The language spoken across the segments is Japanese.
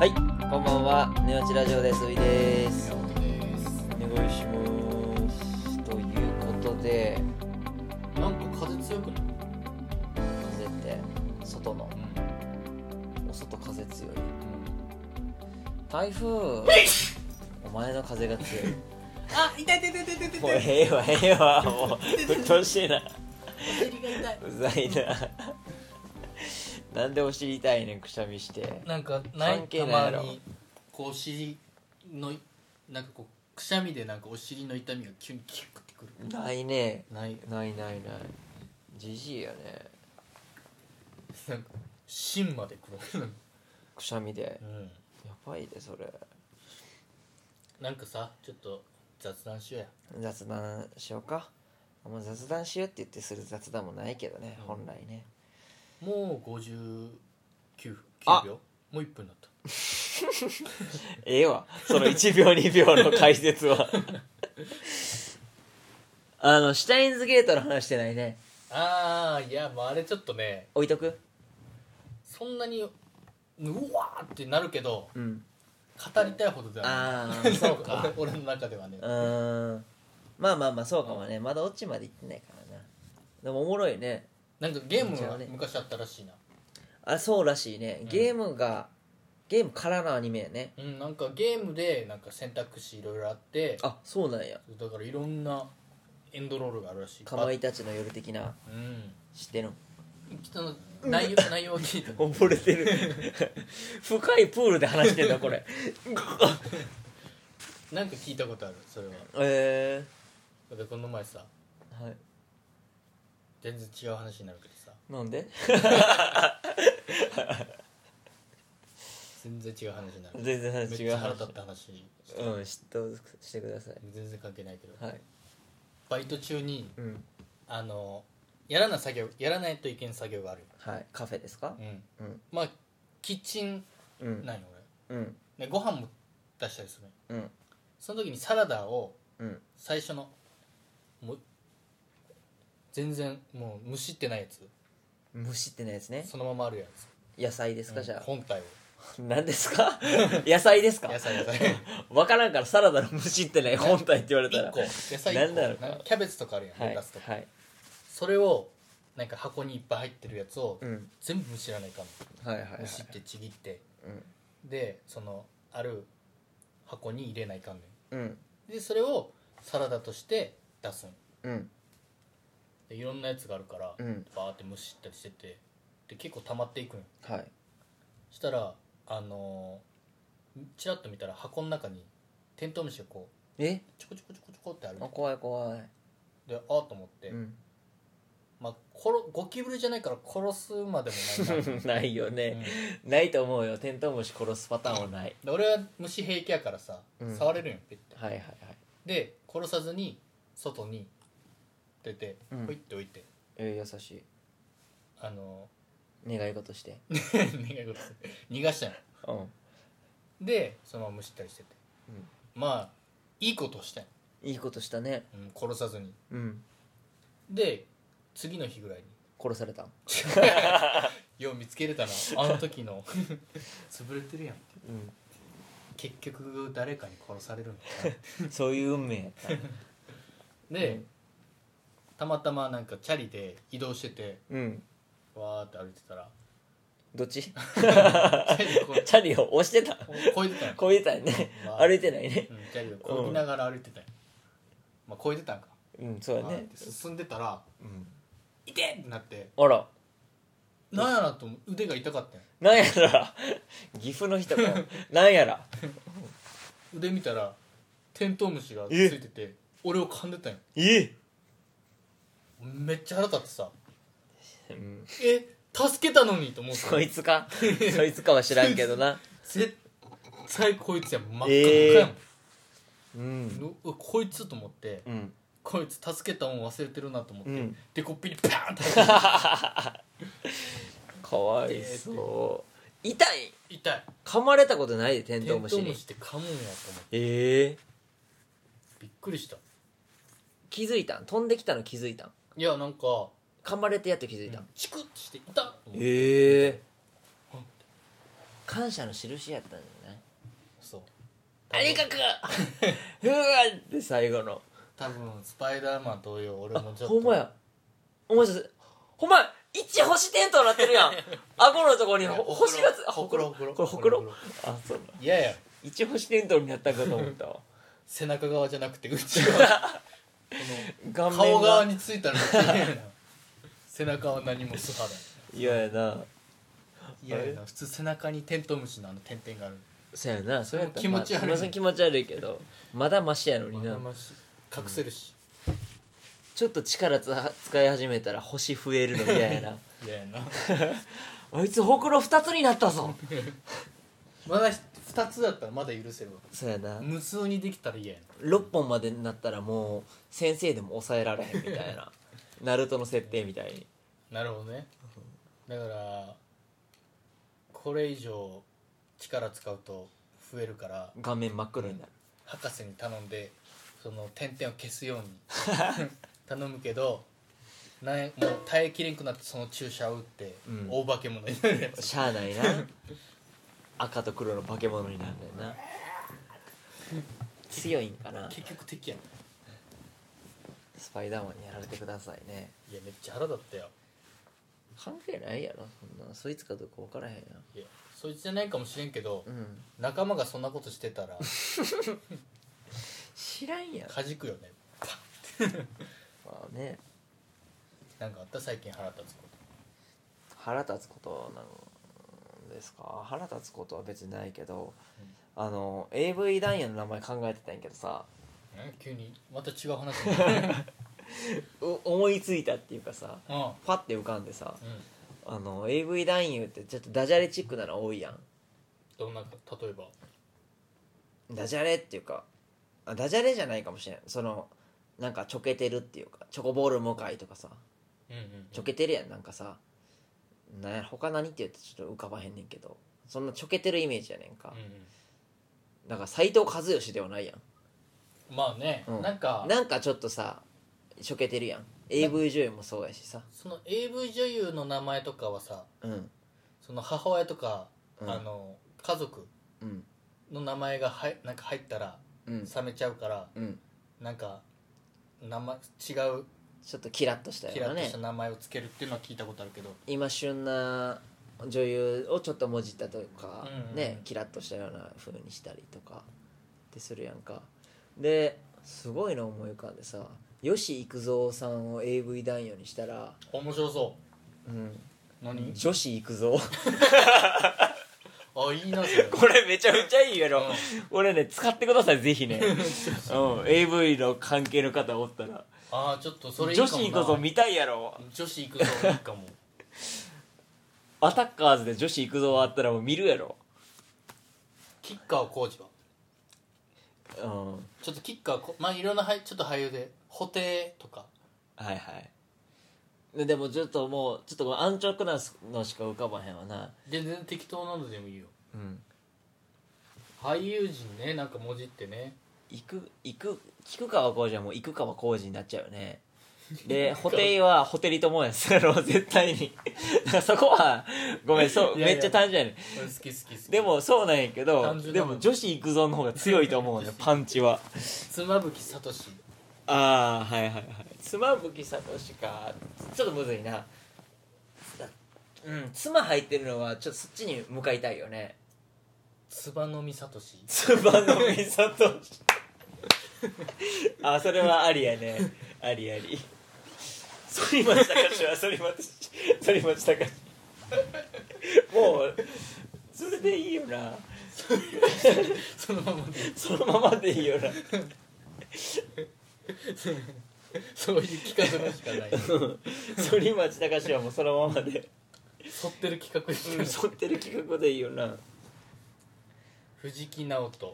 はい、こんばんは。ネオチラジオです。ういです。 山本です。 お願いします。ということで、 なんか風強くない？ 風って外の、お外風強い。台風。お前の風が強い。 あ、痛い痛い痛い痛い痛い痛い。 もうええわもううっとうしいな。 お尻が痛い。 うざいな。なんでお尻痛いねん、くしゃみして。 なんかない関係たないやろまにこうお尻のなんかこうくしゃみでなんかお尻の痛みが急にキュッてくる。 ないね。 ない。 ないじじいやね。 なんか芯までくる。 くしゃみで。 うん。 やばいで、それ。 なんかさ、ちょっと雑談しようや。 雑談しようか。もう雑談しようって言ってする雑談もないけどね、本来ね。 もう59 あ秒。もう1分だった。 ええわ、その1秒2秒の解説は。シュタインズゲートの話してないね。 ああ、いやもうあれちょっとね、 置いとく。 そんなにうわーってなるけど、 うん。 語りたいほどではない。 ああそうか。 俺の中ではね。 まあそうかもね。まだオチまで行ってないからな。でもおもろいね。 なんかゲームがじゃあね昔あったらしいな。 あ、そうらしいね。ゲームからのアニメやね。 うん、なんかゲームでなんか選択肢いろいろあって、 あ、そうなんや。 だからいろんなエンドロールがあるらしい。 かまいたちの夜的な。 うん。 知ってるの？ 人の内容は聞いた。 溺れてる。深いプールで話してんだこれ。 なんか聞いたことある、それは。でこの前さ、 はい。 全然違う話になるけどさ、 なんで？ 全然違う話になる。 全然話違う話。 めっちゃ腹立った話して、 うん、どうぞしてください。 全然関係ないけど、 はい。 バイト中にうん。 やらないといけん作業があるよ。 はい。カフェですか？ うん。 うん。 まあキッチンうん。 なんようん。 俺で、ご飯も出したりするね。 うん。 その時にサラダをうん。 最初のもう全然もう蒸しってないやつ、 蒸しってないやつね。 そのままあるやつ、 野菜ですか、じゃあ。 本体を何ですか？野菜ですか？ 野菜わからんからサラダの蒸しってない本体って言われたら。 1個野菜1 なんだろう個なんかキャベツとかあるやん、 はいレタスとか、 はい。 それをなんか箱にいっぱい入ってるやつをうん。 全部蒸しらないかんの。 はいはいはい。 蒸しってちぎってうん。 でそのある箱に入れないかんねうん。 んで、それをサラダとして出すんうん。 で、いろんなやつがあるからうん。 バーって蒸したりしてて、で結構溜まっていくんよ。 はい。 そしたらチラッと見たら箱の中にテントウムシがこうえ？ ちょこちょこちょこちょこってあるあ、怖い怖い。 で、あーと思って、 うん。 まあゴキブリじゃないから殺すまでもないな、 ないよね、ないと思うよ。テントウムシ殺すパターンはない。 で俺は虫平気やからさ、 うん触れるんよペッて。 はいはいはい。 で殺さずに外に出てうんポイって置いて、 優しい。 あの願い事して。 願い事する逃がしたんよ。 うん。 でそのまま蒸したりしてて、まあいいことをしたんよ、 いいことしたね。 殺さずに。 うん。 で次の日ぐらいに殺されたん？ よう見つけれたな、あの時の潰れてるやんって。 う結局誰かに殺されるんだん。そういう運命やった。 で、 うんたまたまなんかチャリで移動しててうん。 わーって歩いてたらどっち？ チャリこうチャリを押してた。 こいでたんよ、 こいでたよね。 わー歩いてないね。 チャリをこぎながら歩いてたんよ、まあこいでたんか。 うん、そうやわーっね。 て進んでたらうん。 痛てってなって、 あら。 なんやなと思う、腕が痛かったんよ。 なんやら。岐阜の人か。なんやら。 腕見たらテントウムシがついてて俺を噛んでたんよ。めっちゃ腹立ってさ、 うん。 助けたのにと思って、 そいつか。そいつかは知らんけどな。 絶対こいつやん、真っ赤っかやもん、 うん。 こいつと思って、 うん。 こいつ助けたん忘れてるなと思って、 うんでこっぴにパーンって入ってかわいそう。痛い。 痛い。 噛まれたことないで、テンテトウムシにントウムシ。って噛むんやと思ってええ。 びっくりした。 気づいたん？飛んできたの気づいたん？ いやなんか噛まれてやっと気づいたん？ チクッてして痛っと思って、 ええ。 感謝の印やったんじゃない？ そうとにかくうわって最後の多分スパイダーマン同様俺もちょっとほんまやお前ほんま1星テントになってるやん顎のところに星がほくろこれほくろあそうだいやいや 1星テントになったかと思ったわ背中側じゃなくて内側顔面が顔側についたら綺麗な背中は何も素肌嫌やないやいや普通背中にテントウムシの点々があるそうやなそうやったら気持ち悪いまあ気持ち悪いけどまだマシやのにな、 まし隠せるし、 ちょっと力使い始めたら星増えるの嫌やな嫌やなあいつほくろ2つになったぞまだ2つだったらまだ許せるわそうやな無数にできたら嫌や 6本までになったらもう先生でも抑えられへんみたいなナルトの設定みたいになるほどねだからこれ以上力使うと増えるから顔面真っ黒になる博士に頼んでその点々を消すように頼むけどもう耐えきれんくなってその注射を打って、大化け物になるやつしゃあないな赤と黒の化け物になるんだよな強いんかな結局敵やんスパイダーマンにやられてくださいねいやめっちゃ腹立ったよ関係ないやろそんなそいつかどうか分からへんやいやそいつじゃないかもしれんけど、 うん仲間がそんなことしてたら知らんやんかじくよねまあねなんかあった最近腹立つこ腹立つことなんですか腹立つことは別にないけど、AV 男優の名前考えてたんやけどさと急にまた違う話思いついたっていうかさうんパッて浮かんでさうん AV 男優ってちょっとダジャレチックなの多いやんどんな例えばダジャレっていうかダジャレじゃないかもしれないなんかちょけてるっていうかチョコボール向かいとかさうんうんちょけてるやんなんかさ他何って言ってちょっと浮かばへんねんけどそんなちょけてるイメージやねんか、だから斎藤和義ではないやんまあね、なんかちょっとさちょけてるやん AV 女優もそうやしさその AV 女優の名前とかはさその母親とか、家族の名前がなんか入ったら冷めちゃうから、なんか違うちょっとキラッとしたようなねキラッとした名前をつけるっていうのは聞いたことあるけど今旬な女優をちょっともじったとか、ねキラッとしたような風にしたりとかってするやんかですごいの思い浮かんでさ吉幾三さんを AV 男優にしたら面白そう何女子幾三あいいなそれこれめちゃめちゃいいやろ、俺ね使ってくださいぜひねAV の関係の方おったらちょっとそれいいかもな女子幾三見たいやろ女子幾三いいかもアタッカーズで女子幾三あったらもう見るやろ吉川晃司はちょっと吉川まあいろんなちょっと俳優で布袋とかはいはいでもちょっと安直なのしか浮かばへんわな全然適当なのでもいいよ俳優陣ねなんか文字ってね菊川浩司はもう生川浩司になっちゃうよねで布袋はホテリともやつやろ絶対にだからそこはごめんめっちゃ単純やね好きでもそうなんやけどでも女子幾三の方が強いと思うねパンチは妻夫木聡はい妻夫木聡かちょっとむずいな妻入ってるのはちょっとそっちに向かいたいよねつばの実聡つばの実聡それはありやねあり反町隆史は反町隆史もうそれでいいよなそのままでいいよなそういう企画のしかない反町隆史はもうそのままで沿ってる企画沿ってる企画でいいよな藤木直人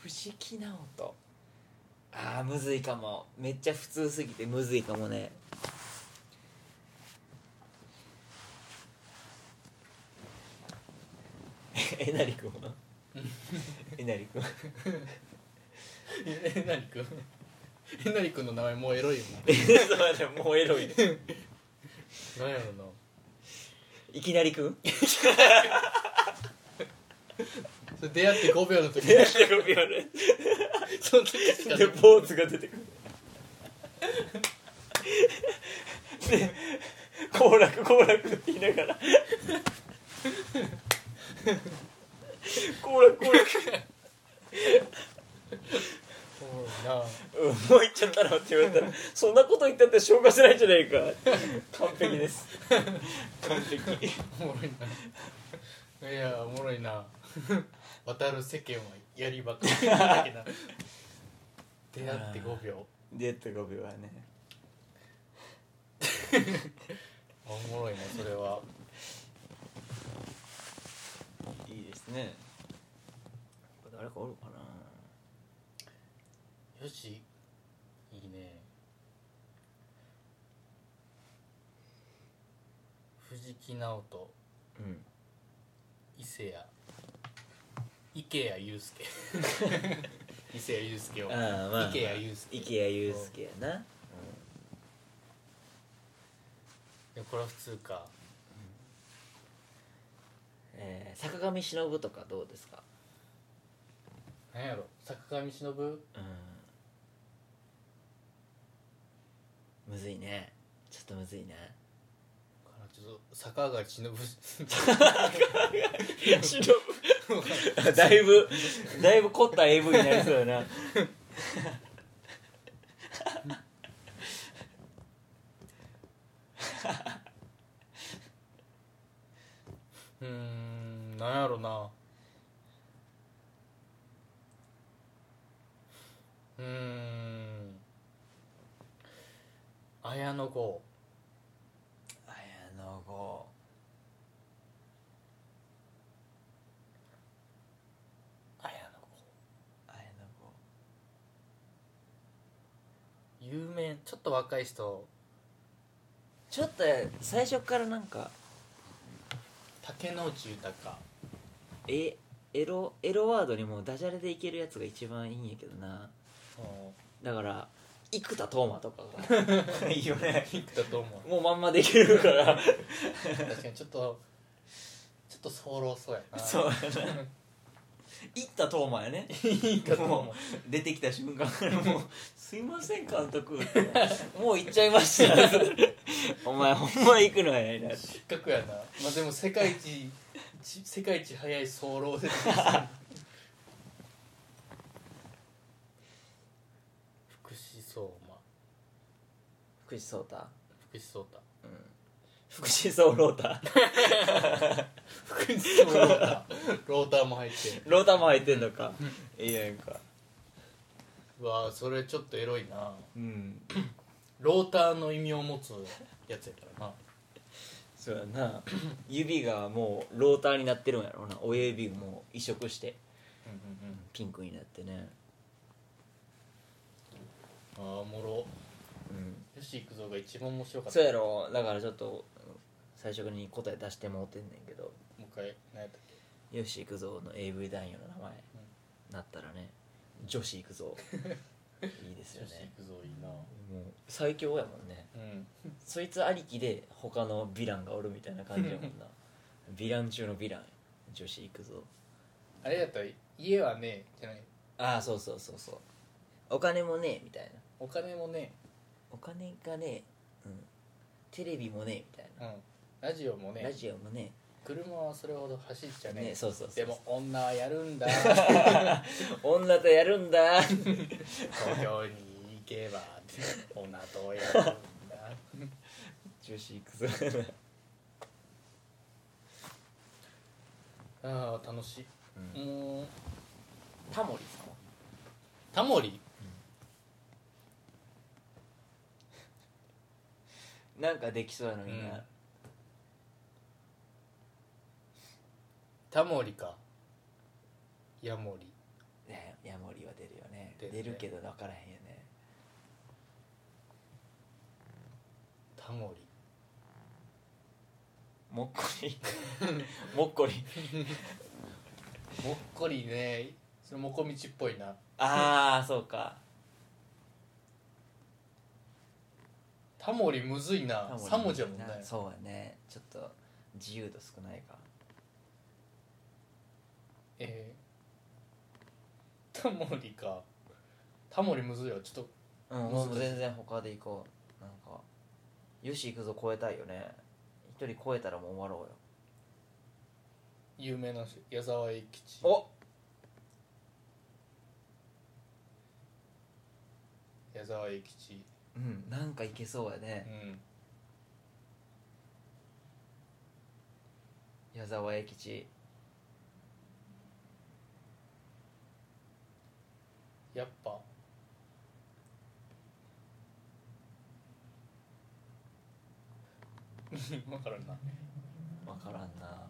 むずいかもめっちゃ普通すぎてむずいかもねえなりくんはえなりくんえなりくんの名前もうエロいよなもうエロいねなんやろないきなりくんそれ出会って5秒の時出会って5秒でその時しかで坊主が出てくるで行楽って言いながら行楽おもろいな。 もう行っちゃったのって言われたらそんなこと言ったって消化せないじゃないか。完璧です完璧おもろいな。いやおもろいな。渡る世間はやりばっかりだけな。出会って5秒。 出会って5秒はねおもろいなそれは。 いいですね。誰かおるかな。 よしいいね。藤木直人、伊勢谷池谷祐介伊勢谷友介を池谷祐介池谷祐介やな。 でこれは普通か。 坂上忍とかどうですか。 なんやろ坂上忍。 むずいね。ちょっとむずいね。 ちょっと坂上忍だいぶ凝った AV になりそうだななんやろな。綾野剛。 綾野剛。 有名ちょっと若い人。 ちょっと最初からなんか竹野内豊。 エロワードにもうダジャレでいけるやつが一番いいんやけどな。だから生田斗真とかがいいよね。 生田斗真もうまんまできるから確かにちょっと早漏そうやな。 そうやな生田斗真やね。もう出てきた瞬間からもうすいません監督もう行っちゃいましたお前ほんま行くのやないな。 失格やな。まあでも世界一早い早漏で福士蒼馬。 福士蒼太。福士蒼ロータ福士蒼ロータローターも入ってローターも入ってんのかいいやんか。 うわそれちょっとエロいな。ローターの意味を持つやつやからな。 そうやな指がもうローターになってるんやろうな。親指がもう移植してピンクになってね。 おもろ。吉幾三が一番面白かった。 そうやろ。だからちょっと最初に答え出してもうてんねんけど。 もう一回何やったっけ。 吉幾三の AV 男優の名前、なったらね女子幾三いいですよね。 吉幾三いいな。 もう最強やもんね。そいつありきで他のヴィランがおるみたいな感じやもんなヴィラン中のヴィラン女子幾三。 あれやったら家はねじゃない。 ああそうお金もねみたいな。 お金もねお金がね、テレビもねみたいな、 ラジオもね車はそれほど走っちゃね。 そうでも女はやるんだ女とやるんだ東京に行けば女とやるんだ女子幾三ああ楽しい。 タモリさんは。 タモリなんかできそうやのにな。 タモリかヤモリ。 ヤモリは出るよね。 出るけど分からへんよね。 タモリもっこりもっこりもっこりね。それもこみちっぽいな。 ああそうか。 タモリむずいな。3文字やもんね。 そうやね。ちょっと自由度少ないか。 タモリか。タモリむずいよ。ちょっともう全然他で行こう。なんかよし行くぞ超えたいよね。一人超えたらもう終わろうよ。 有名な人矢沢永吉。 お矢沢永吉。 なんかいけそうやね。矢沢永吉。 やっぱ分からんな。 分からんな。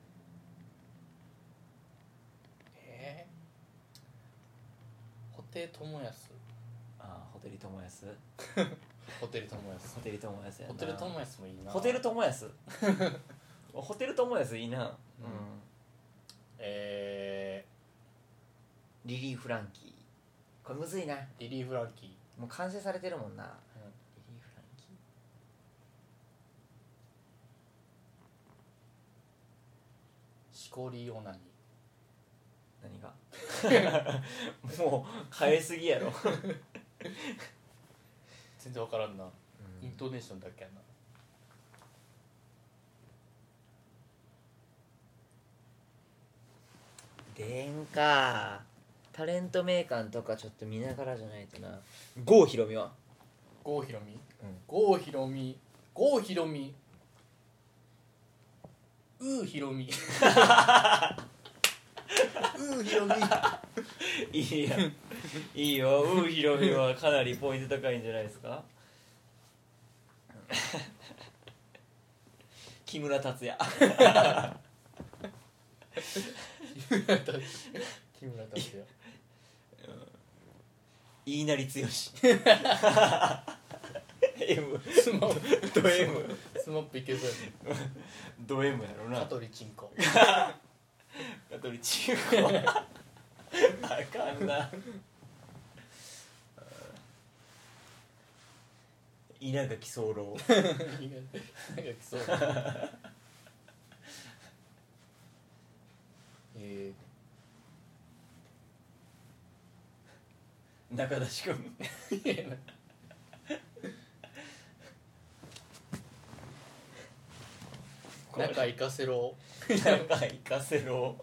布袋寅泰。 ホテル友康。 ホテル友康。 ホテル友康やな。 ホテル友康もいいな。 ホテル友康。ホテル友康いいな。リリー・フランキー。これむずいな。 リリー・フランキーもう完成されてるもんな。リリー・フランキー。シコリオナニ。 何がもう変えすぎやろ。 全然分からんな。イントネーションだけやな。 でんかタレント名鑑とかちょっと見ながらじゃないとな。郷ひろみは郷ひろみ、郷ひろみ、郷ひろみ、うーひろみ。うーひろみ。 いいやいいよ。うーひろみはかなりポイント高いんじゃないですか。木村達也。 木村達也。 言いなり剛。M スマップド M スマップいけそうやね。 ド M やろな。 香取チンコ。 香取チンコ。あかんな。稲垣候。 稲垣そう。 中田志くん。 中行かせろ。 中行かせろ。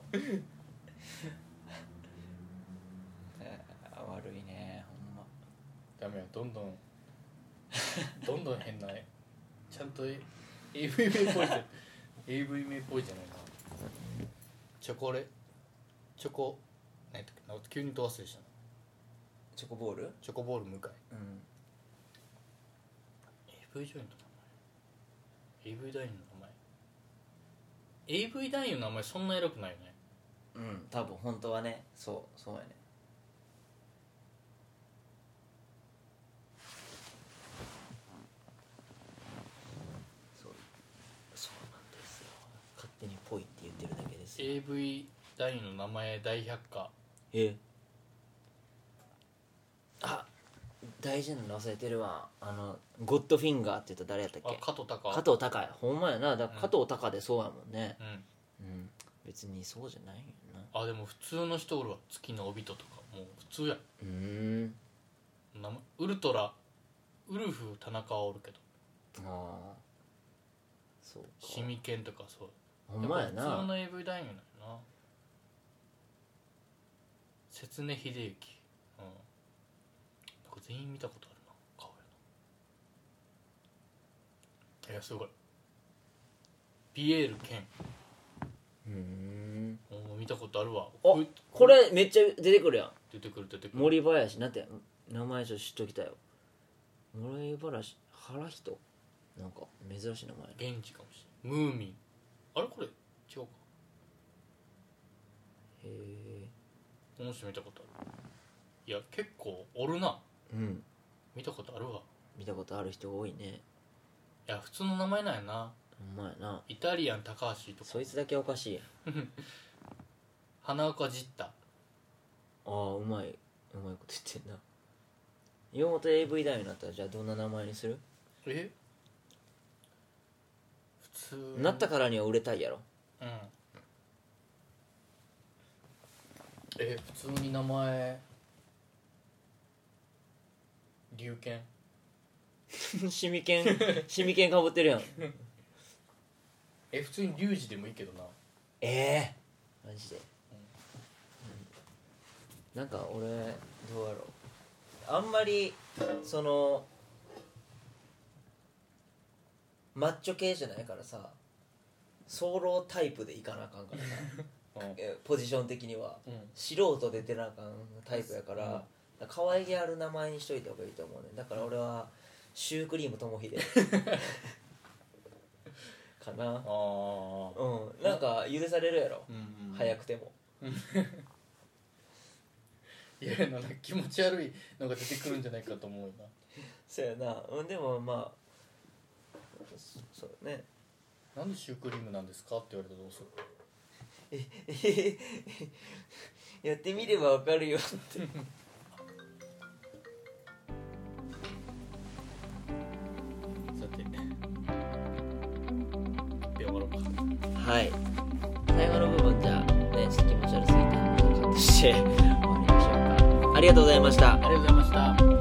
悪いねほんま。 ダメよ。どんどん変なちゃんと AV 名っぽいじゃん。AV 名っぽいじゃないな。チョコ何だっけ、なんか急にと忘れしたな。 チョコボール。 チョコボール向井。AV 女優の名前。AV 男優の名前。AV 男優の名前そんなエロくないよね。 多分本当はね。そうやね。そうなんですよ。勝手にぽいって言ってるだけですよ。 AV 男優の名前大百科。 大事なの忘れてるわ。ゴッドフィンガーって言ったら誰やったっけ。 加藤隆。 加藤隆。ほんまやな。だから加藤隆でそうやもんね。別にそうじゃないよな。 でも普通の人おるわ。月の帯人とかもう普通やん。ウルトラウルフ田中はおるけど。 そうか。 シミケンとかそう。 ほんまやな。 普通の AV 男優なんやな。節根秀之。なんか全員見たことあるな顔やな。いやすごい。ピエール健。見たことあるわ。 これめっちゃ出てくるやん。 出てくる。 森林なんて名前ちょっと知っときたよ。森林原人。なんか珍しい名前。 源氏かもしれない。ムーミン。あれこれ違うか。 へえ。 この人見たことある。いや結構おるな。見たことあるわ。 見たことある人多いね。 いや普通の名前なんやな。 ほんまやな。 イタリアン高橋とか。 そいつだけおかしいやん。 花岡ジッタ。 うまいこと言ってんな。岩本 AV 男優になったらじゃあどんな名前にする。 普通なったからには売れたいやろ。 普通に名前龍剣シミケンかぶってるやん。 普通に龍二でもいいけどな。 マジで、なんか俺どうやろう、あんまりそのマッチョ系じゃないからさ、早漏タイプでいかなあかんからさポジション的には、素人で出なあかんタイプやから、可愛げある名前にしといた方がいいと思うね。だから俺はシュークリームともひでかな。なんか許されるやろ、早くてもいや、なんか気持ち悪いのが出てくるんじゃないかと思うな。 そうやな。でもまあそうね。 なんでシュークリームなんですかって言われたらどうするやってみればわかるよってさて終わろうか。 はい、最後の部分じゃあね、ちょっと気持ち悪すぎたのでカットして終わりましょうか。ありがとうございました。 ありがとうございました。